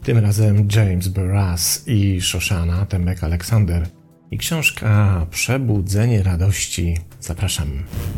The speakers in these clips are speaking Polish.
Tym razem James Barras i Shoshana Tembec-Alexander i książka Przebudzenie radości. Zapraszam.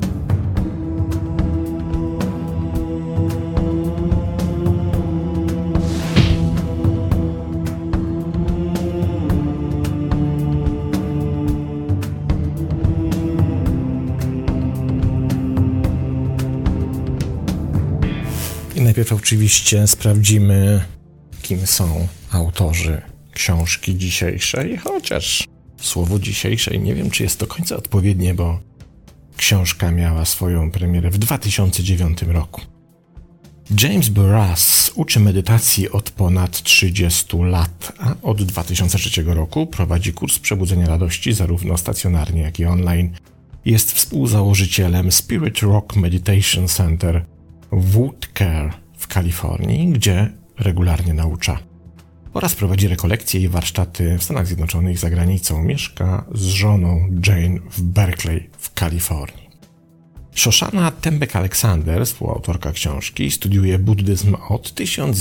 I najpierw oczywiście sprawdzimy, kim są autorzy książki dzisiejszej, chociaż słowo dzisiejszej nie wiem, czy jest do końca odpowiednie, bo książka miała swoją premierę w 2009 roku. James Barras uczy medytacji od ponad 30 lat, a od 2003 roku prowadzi kurs Przebudzenia Radości zarówno stacjonarnie, jak i online. Jest współzałożycielem Spirit Rock Meditation Center w Woodcare w Kalifornii, gdzie regularnie naucza. Oraz prowadzi rekolekcje i warsztaty w Stanach Zjednoczonych i za granicą. Mieszka z żoną Jane w Berkeley w Kalifornii. Shoshana Tembec-Alexander, współautorka książki, studiuje buddyzm od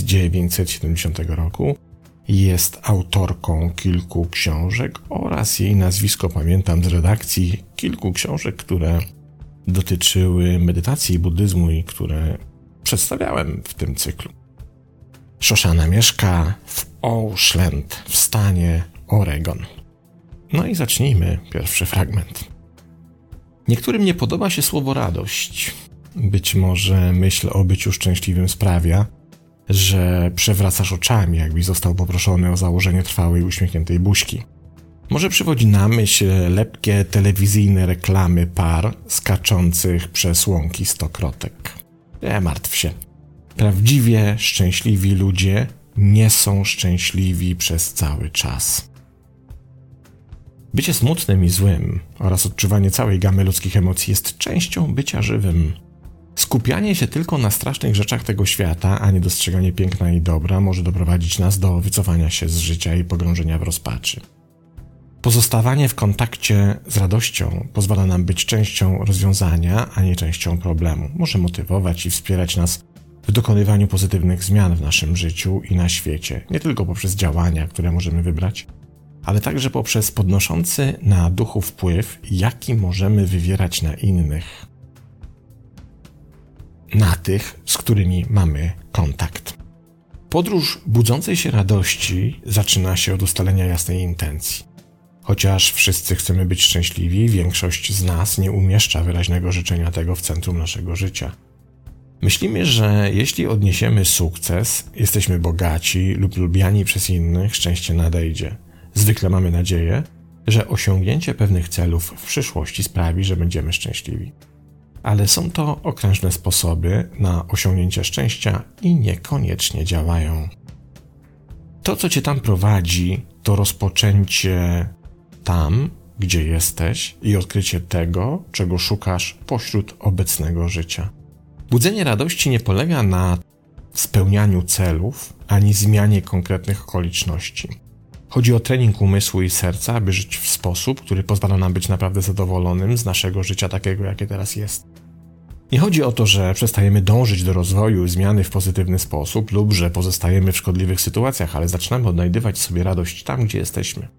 1970 roku. Jest autorką kilku książek oraz jej nazwisko pamiętam z redakcji kilku książek, które dotyczyły medytacji i buddyzmu i które przedstawiałem w tym cyklu. Shoshana mieszka w Oshland w stanie Oregon. No i zacznijmy pierwszy fragment. Niektórym nie podoba się słowo radość. Być może myśl o byciu szczęśliwym sprawia, że przewracasz oczami, jakbyś został poproszony o założenie trwałej, uśmiechniętej buźki. Może przywodzi na myśl lepkie telewizyjne reklamy par skaczących przez łąki stokrotek. Nie martw się. Prawdziwie szczęśliwi ludzie nie są szczęśliwi przez cały czas. Bycie smutnym i złym oraz odczuwanie całej gamy ludzkich emocji jest częścią bycia żywym. Skupianie się tylko na strasznych rzeczach tego świata, a nie dostrzeganie piękna i dobra może doprowadzić nas do wycofania się z życia i pogrążenia w rozpaczy. Pozostawanie w kontakcie z radością pozwala nam być częścią rozwiązania, a nie częścią problemu. Może motywować i wspierać nas w dokonywaniu pozytywnych zmian w naszym życiu i na świecie. Nie tylko poprzez działania, które możemy wybrać, ale także poprzez podnoszący na duchu wpływ, jaki możemy wywierać na innych. Na tych, z którymi mamy kontakt. Podróż budzącej się radości zaczyna się od ustalenia jasnej intencji. Chociaż wszyscy chcemy być szczęśliwi, większość z nas nie umieszcza wyraźnego życzenia tego w centrum naszego życia. Myślimy, że jeśli odniesiemy sukces, jesteśmy bogaci lub lubiani przez innych, szczęście nadejdzie. Zwykle mamy nadzieję, że osiągnięcie pewnych celów w przyszłości sprawi, że będziemy szczęśliwi. Ale są to okrężne sposoby na osiągnięcie szczęścia i niekoniecznie działają. To, co cię tam prowadzi, to rozpoczęcie tam, gdzie jesteś i odkrycie tego, czego szukasz pośród obecnego życia. Budzenie radości nie polega na spełnianiu celów, ani zmianie konkretnych okoliczności. Chodzi o trening umysłu i serca, aby żyć w sposób, który pozwala nam być naprawdę zadowolonym z naszego życia takiego, jakie teraz jest. Nie chodzi o to, że przestajemy dążyć do rozwoju i zmiany w pozytywny sposób lub że pozostajemy w szkodliwych sytuacjach, ale zaczynamy odnajdywać sobie radość tam, gdzie jesteśmy.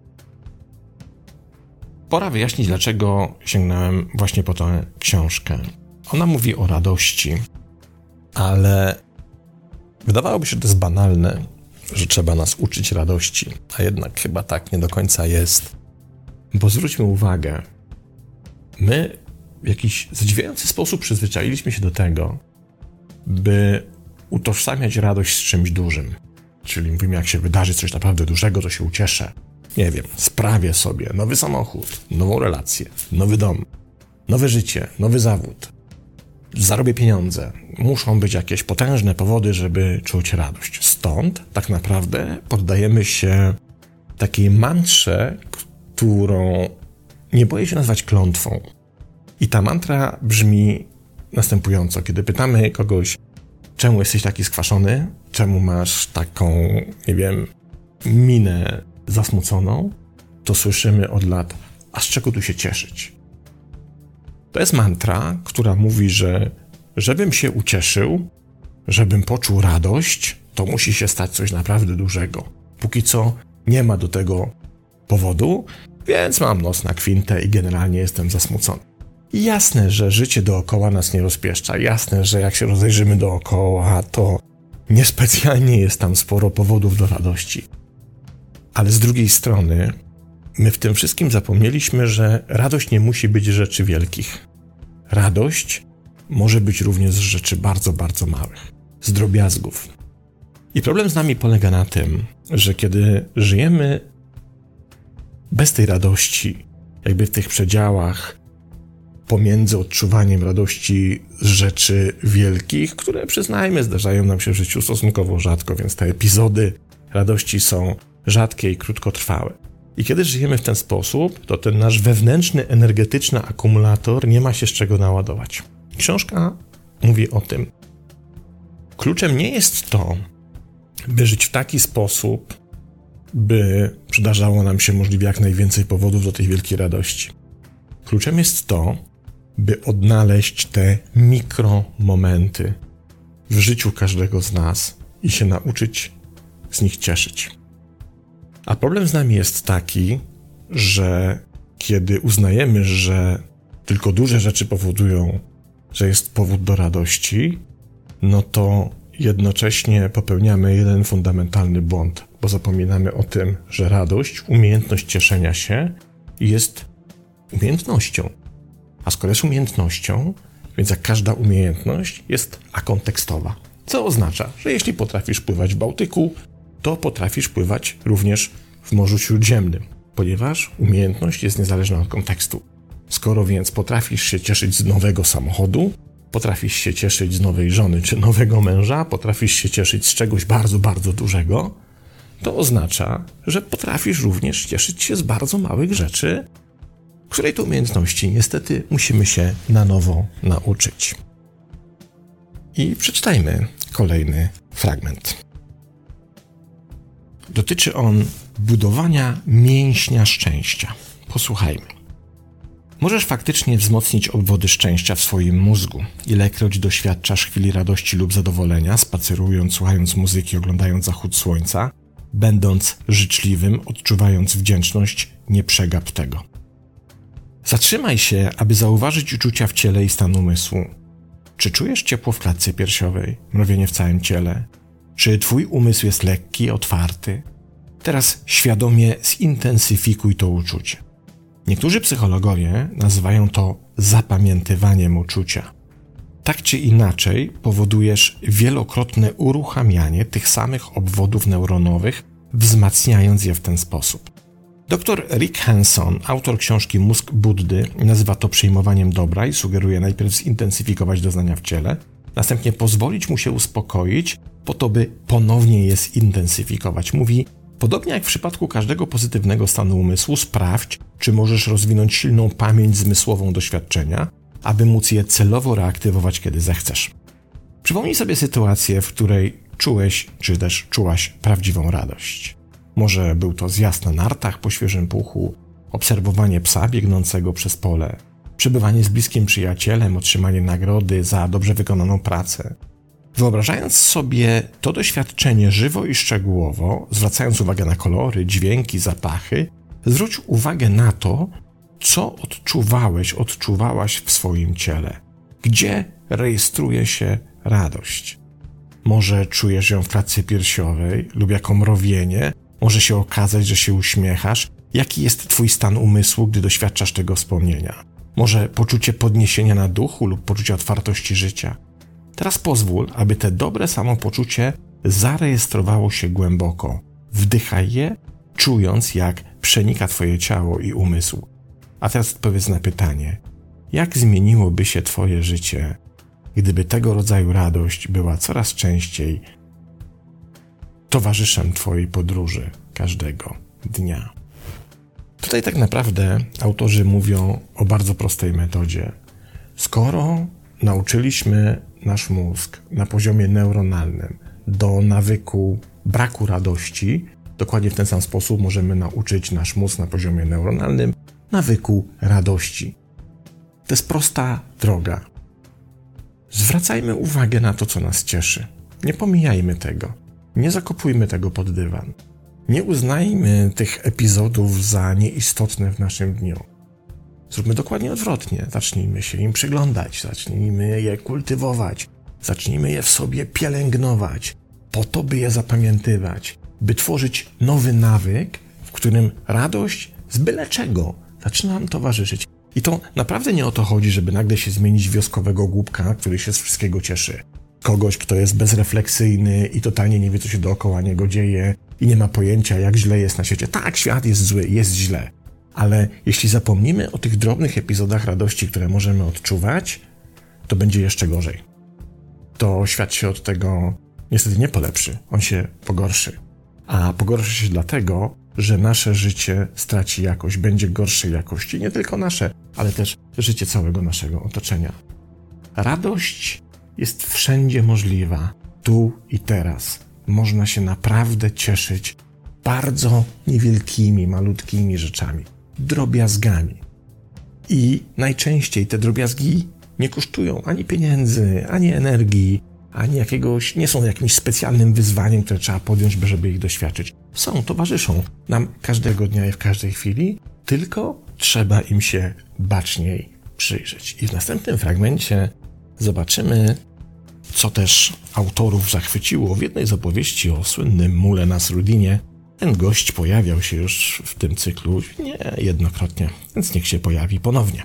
Pora wyjaśnić, dlaczego sięgnąłem właśnie po tę książkę. Ona mówi o radości, ale wydawałoby się, że to jest banalne, że trzeba nas uczyć radości, a jednak chyba tak nie do końca jest. Bo zwróćmy uwagę, my w jakiś zadziwiający sposób przyzwyczailiśmy się do tego, by utożsamiać radość z czymś dużym. Czyli mówimy, jak się wydarzy coś naprawdę dużego, to się ucieszę. Nie wiem, sprawię sobie nowy samochód, nową relację, nowy dom, nowe życie, nowy zawód. Zarobię pieniądze. Muszą być jakieś potężne powody, żeby czuć radość. Stąd tak naprawdę poddajemy się takiej mantrze, którą nie boję się nazwać klątwą. I ta mantra brzmi następująco. Kiedy pytamy kogoś, czemu jesteś taki skwaszony, czemu masz taką, nie wiem, minę zasmuconą, to słyszymy od lat, a z czego tu się cieszyć? To jest mantra, która mówi, że żebym się ucieszył, żebym poczuł radość, to musi się stać coś naprawdę dużego. Póki co nie ma do tego powodu, więc mam nos na kwintę i generalnie jestem zasmucony. Jasne, że życie dookoła nas nie rozpieszcza. Jasne, że jak się rozejrzymy dookoła, to niespecjalnie jest tam sporo powodów do radości. Ale z drugiej strony, my w tym wszystkim zapomnieliśmy, że radość nie musi być z rzeczy wielkich. Radość może być również z rzeczy bardzo, bardzo małych. Z drobiazgów. I problem z nami polega na tym, że kiedy żyjemy bez tej radości, jakby w tych przedziałach pomiędzy odczuwaniem radości z rzeczy wielkich, które przyznajmy zdarzają nam się w życiu stosunkowo rzadko, więc te epizody radości są rzadkie i krótkotrwałe. I kiedy żyjemy w ten sposób, to ten nasz wewnętrzny, energetyczny akumulator nie ma się z czego naładować. Książka mówi o tym. Kluczem nie jest to, by żyć w taki sposób, by przydarzało nam się możliwie jak najwięcej powodów do tej wielkiej radości. Kluczem jest to, by odnaleźć te mikromomenty w życiu każdego z nas i się nauczyć z nich cieszyć. A problem z nami jest taki, że kiedy uznajemy, że tylko duże rzeczy powodują, że jest powód do radości, no to jednocześnie popełniamy jeden fundamentalny błąd, bo zapominamy o tym, że radość, umiejętność cieszenia się jest umiejętnością. A skoro jest umiejętnością, więc jak każda umiejętność jest akontekstowa. Co oznacza, że jeśli potrafisz pływać w Bałtyku, to potrafisz pływać również w Morzu Śródziemnym, ponieważ umiejętność jest niezależna od kontekstu. Skoro więc potrafisz się cieszyć z nowego samochodu, potrafisz się cieszyć z nowej żony czy nowego męża, potrafisz się cieszyć z czegoś bardzo, bardzo dużego, to oznacza, że potrafisz również cieszyć się z bardzo małych rzeczy, której to umiejętności niestety musimy się na nowo nauczyć. I przeczytajmy kolejny fragment. Dotyczy on budowania mięśnia szczęścia. Posłuchajmy. Możesz faktycznie wzmocnić obwody szczęścia w swoim mózgu. Ilekroć doświadczasz chwili radości lub zadowolenia, spacerując, słuchając muzyki, oglądając zachód słońca, będąc życzliwym, odczuwając wdzięczność, nie przegap tego. Zatrzymaj się, aby zauważyć uczucia w ciele i stan umysłu. Czy czujesz ciepło w klatce piersiowej, mrowienie w całym ciele? Czy twój umysł jest lekki, otwarty? Teraz świadomie zintensyfikuj to uczucie. Niektórzy psychologowie nazywają to zapamiętywaniem uczucia. Tak czy inaczej powodujesz wielokrotne uruchamianie tych samych obwodów neuronowych, wzmacniając je w ten sposób. Dr Rick Hanson, autor książki Mózg Buddy, nazywa to przyjmowaniem dobra i sugeruje najpierw zintensyfikować doznania w ciele, następnie pozwolić mu się uspokoić, po to by ponownie je zintensyfikować. Mówi, podobnie jak w przypadku każdego pozytywnego stanu umysłu, sprawdź, czy możesz rozwinąć silną pamięć zmysłową doświadczenia, aby móc je celowo reaktywować, kiedy zechcesz. Przypomnij sobie sytuację, w której czułeś, czy też czułaś prawdziwą radość. Może był to zjazd na nartach po świeżym puchu, obserwowanie psa biegnącego przez pole, przebywanie z bliskim przyjacielem, otrzymanie nagrody za dobrze wykonaną pracę. Wyobrażając sobie to doświadczenie żywo i szczegółowo, zwracając uwagę na kolory, dźwięki, zapachy, zwróć uwagę na to, co odczuwałaś w swoim ciele. Gdzie rejestruje się radość? Może czujesz ją w klatce piersiowej lub jako mrowienie, może się okazać, że się uśmiechasz. Jaki jest twój stan umysłu, gdy doświadczasz tego wspomnienia? Może poczucie podniesienia na duchu lub poczucie otwartości życia? Teraz pozwól, aby te dobre samopoczucie zarejestrowało się głęboko. Wdychaj je, czując, jak przenika twoje ciało i umysł. A teraz odpowiedz na pytanie, jak zmieniłoby się twoje życie, gdyby tego rodzaju radość była coraz częściej towarzyszem twojej podróży każdego dnia? Tutaj tak naprawdę autorzy mówią o bardzo prostej metodzie. Skoro nauczyliśmy nasz mózg na poziomie neuronalnym do nawyku braku radości, dokładnie w ten sam sposób możemy nauczyć nasz mózg na poziomie neuronalnym nawyku radości. To jest prosta droga. Zwracajmy uwagę na to, co nas cieszy. Nie pomijajmy tego. Nie zakopujmy tego pod dywan. Nie uznajmy tych epizodów za nieistotne w naszym dniu. Zróbmy dokładnie odwrotnie. Zacznijmy się im przyglądać, zacznijmy je kultywować, zacznijmy je w sobie pielęgnować, po to, by je zapamiętywać, by tworzyć nowy nawyk, w którym radość z byle czego zaczyna nam towarzyszyć. I to naprawdę nie o to chodzi, żeby nagle się zmienić w wioskowego głupka, który się z wszystkiego cieszy. Kogoś, kto jest bezrefleksyjny i totalnie nie wie, co się dookoła niego dzieje i nie ma pojęcia, jak źle jest na świecie. Tak, świat jest zły, jest źle. Ale jeśli zapomnimy o tych drobnych epizodach radości, które możemy odczuwać, to będzie jeszcze gorzej. To świat się od tego niestety nie polepszy, on się pogorszy. A pogorszy się dlatego, że nasze życie straci jakość, będzie gorszej jakości. Nie tylko nasze, ale też życie całego naszego otoczenia. Radość jest wszędzie możliwa, tu i teraz. Można się naprawdę cieszyć bardzo niewielkimi, malutkimi rzeczami, drobiazgami. I najczęściej te drobiazgi nie kosztują ani pieniędzy, ani energii, ani nie są jakimś specjalnym wyzwaniem, które trzeba podjąć, żeby ich doświadczyć. Towarzyszą nam każdego dnia i w każdej chwili, tylko trzeba im się baczniej przyjrzeć. I w następnym fragmencie zobaczymy, co też autorów zachwyciło. W jednej z opowieści o słynnym mule Nasrudinie ten gość pojawiał się już w tym cyklu niejednokrotnie, więc niech się pojawi ponownie.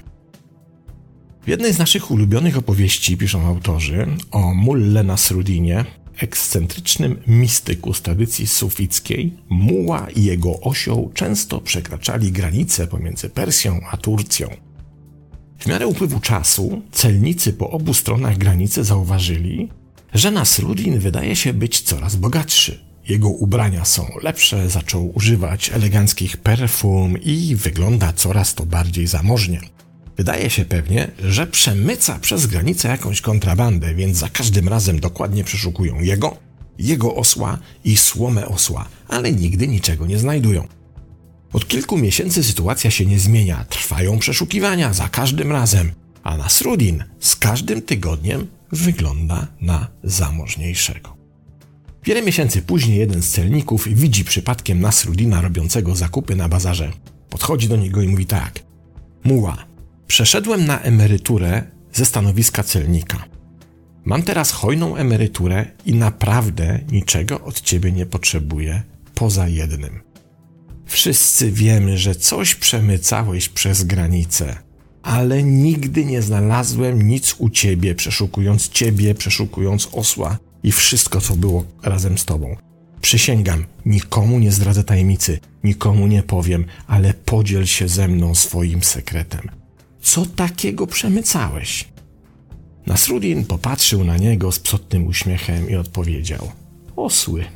W jednej z naszych ulubionych opowieści, piszą autorzy, o Mulle Nasrudinie, ekscentrycznym mistyku z tradycji sufickiej, muła i jego osioł często przekraczali granice pomiędzy Persją a Turcją. W miarę upływu czasu celnicy po obu stronach granicy zauważyli, że Nasrudin wydaje się być coraz bogatszy. Jego ubrania są lepsze, zaczął używać eleganckich perfum i wygląda coraz to bardziej zamożnie. Wydaje się pewnie, że przemyca przez granicę jakąś kontrabandę, więc za każdym razem dokładnie przeszukują jego osła i słomę osła, ale nigdy niczego nie znajdują. Od kilku miesięcy sytuacja się nie zmienia, trwają przeszukiwania za każdym razem, a Nasrudin z każdym tygodniem wygląda na zamożniejszego. Wiele miesięcy później jeden z celników widzi przypadkiem Nasrudina robiącego zakupy na bazarze. Podchodzi do niego i mówi tak: muła, przeszedłem na emeryturę ze stanowiska celnika. Mam teraz hojną emeryturę i naprawdę niczego od ciebie nie potrzebuję, poza jednym. Wszyscy wiemy, że coś przemycałeś przez granicę, ale nigdy nie znalazłem nic u ciebie, przeszukując osła i wszystko, co było razem z tobą. Przysięgam, nikomu nie zdradzę tajemnicy, nikomu nie powiem, ale podziel się ze mną swoim sekretem. Co takiego przemycałeś? Nasrudin popatrzył na niego z psotnym uśmiechem i odpowiedział: osły.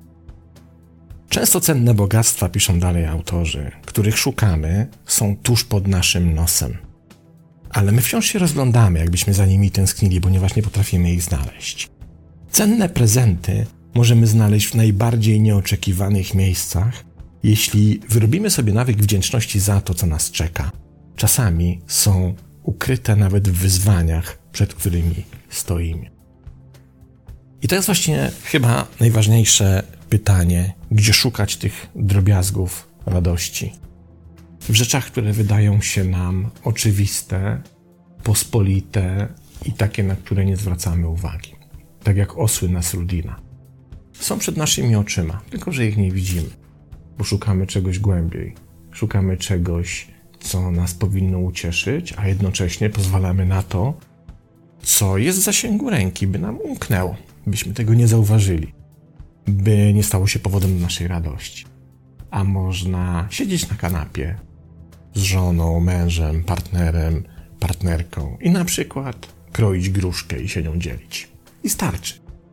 Często cenne bogactwa, piszą dalej autorzy, których szukamy, są tuż pod naszym nosem. Ale my wciąż się rozglądamy, jakbyśmy za nimi tęsknili, ponieważ nie potrafimy ich znaleźć. Cenne prezenty możemy znaleźć w najbardziej nieoczekiwanych miejscach, jeśli wyrobimy sobie nawyk wdzięczności za to, co nas czeka. Czasami są ukryte nawet w wyzwaniach, przed którymi stoimy. I to jest właśnie chyba najważniejsze pytanie, gdzie szukać tych drobiazgów radości. W rzeczach, które wydają się nam oczywiste, pospolite i takie, na które nie zwracamy uwagi. Tak jak osły Nasrudina. Są przed naszymi oczyma, tylko że ich nie widzimy, bo szukamy czegoś głębiej. Szukamy czegoś, co nas powinno ucieszyć, a jednocześnie pozwalamy na to, co jest w zasięgu ręki, by nam umknęło, byśmy tego nie zauważyli, by nie stało się powodem do naszej radości. A można siedzieć na kanapie z żoną, mężem, partnerem, partnerką i na przykład kroić gruszkę i się nią dzielić. I starczy.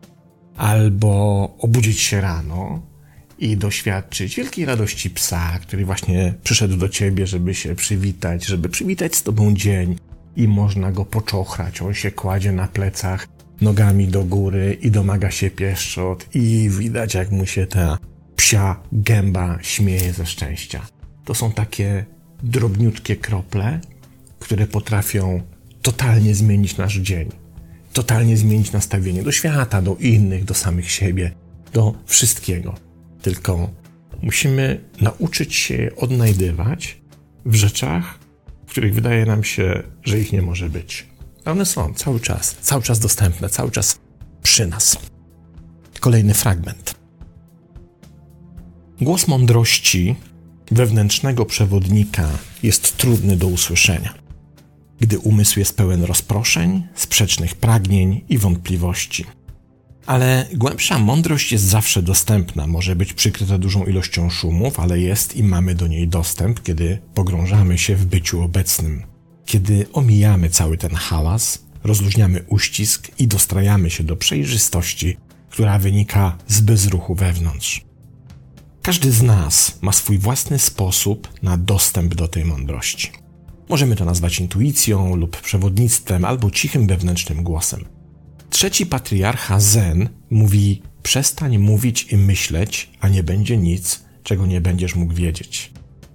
Albo obudzić się rano i doświadczyć wielkiej radości psa, który właśnie przyszedł do ciebie, żeby się przywitać, żeby przywitać z tobą dzień i można go poczochrać. On się kładzie na plecach, nogami do góry i domaga się pieszczot i widać, jak mu się ta psia gęba śmieje ze szczęścia. To są takie drobniutkie krople, które potrafią totalnie zmienić nasz dzień. Totalnie zmienić nastawienie do świata, do innych, do samych siebie. do wszystkiego. Tylko musimy nauczyć się odnajdywać w rzeczach, w których wydaje nam się, że ich nie może być. A one są cały czas dostępne, cały czas przy nas. Kolejny fragment. Głos mądrości wewnętrznego przewodnika jest trudny do usłyszenia, gdy umysł jest pełen rozproszeń, sprzecznych pragnień i wątpliwości. Ale głębsza mądrość jest zawsze dostępna, może być przykryta dużą ilością szumów, ale jest i mamy do niej dostęp, kiedy pogrążamy się w byciu obecnym. Kiedy omijamy cały ten hałas, rozluźniamy uścisk i dostrajamy się do przejrzystości, która wynika z bezruchu wewnątrz. Każdy z nas ma swój własny sposób na dostęp do tej mądrości. Możemy to nazwać intuicją lub przewodnictwem albo cichym wewnętrznym głosem. Trzeci patriarcha Zen mówi: przestań mówić i myśleć, a nie będzie nic, czego nie będziesz mógł wiedzieć.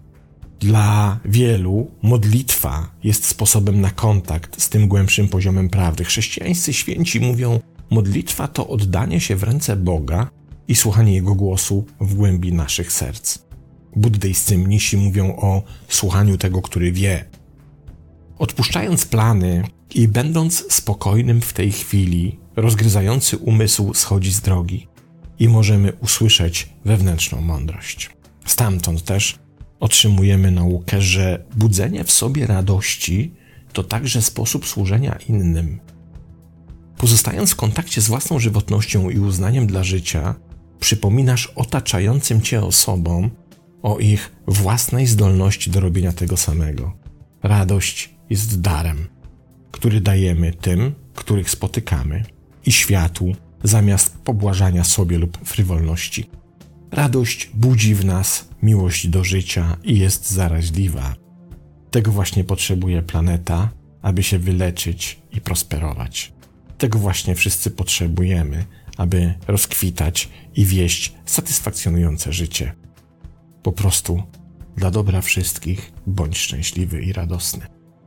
Dla wielu modlitwa jest sposobem na kontakt z tym głębszym poziomem prawdy. Chrześcijańscy święci mówią: modlitwa to oddanie się w ręce Boga i słuchanie Jego głosu w głębi naszych serc. Buddyjscy mnisi mówią o słuchaniu tego, który wie. Odpuszczając plany i będąc spokojnym w tej chwili, rozgryzający umysł schodzi z drogi i możemy usłyszeć wewnętrzną mądrość. Stamtąd też otrzymujemy naukę, że budzenie w sobie radości to także sposób służenia innym. Pozostając w kontakcie z własną żywotnością i uznaniem dla życia, przypominasz otaczającym cię osobom o ich własnej zdolności do robienia tego samego. Radość jest darem, który dajemy tym, których spotykamy, i światu zamiast pobłażania sobie lub frywolności. Radość budzi w nas miłość do życia i jest zaraźliwa. Tego właśnie potrzebuje planeta, aby się wyleczyć i prosperować. Tego właśnie wszyscy potrzebujemy, aby rozkwitać i wieść satysfakcjonujące życie. Po prostu dla dobra wszystkich bądź szczęśliwy i radosny.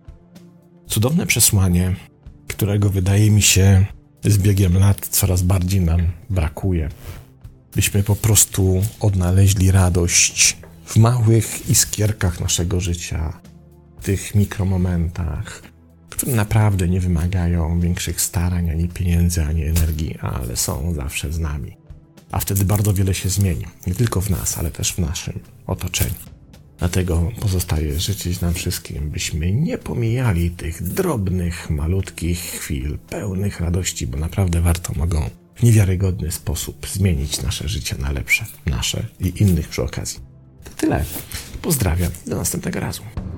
Cudowne przesłanie, którego wydaje mi się z biegiem lat coraz bardziej nam brakuje. Byśmy po prostu odnaleźli radość w małych iskierkach naszego życia, w tych mikromomentach, które naprawdę nie wymagają większych starań, ani pieniędzy, ani energii, ale są zawsze z nami. A wtedy bardzo wiele się zmieni. Nie tylko w nas, ale też w naszym otoczeniu. Dlatego pozostaje życzyć nam wszystkim, byśmy nie pomijali tych drobnych, malutkich chwil, pełnych radości, bo naprawdę mogą w niewiarygodny sposób zmienić nasze życie na lepsze, nasze i innych przy okazji. To tyle. Pozdrawiam. Do następnego razu.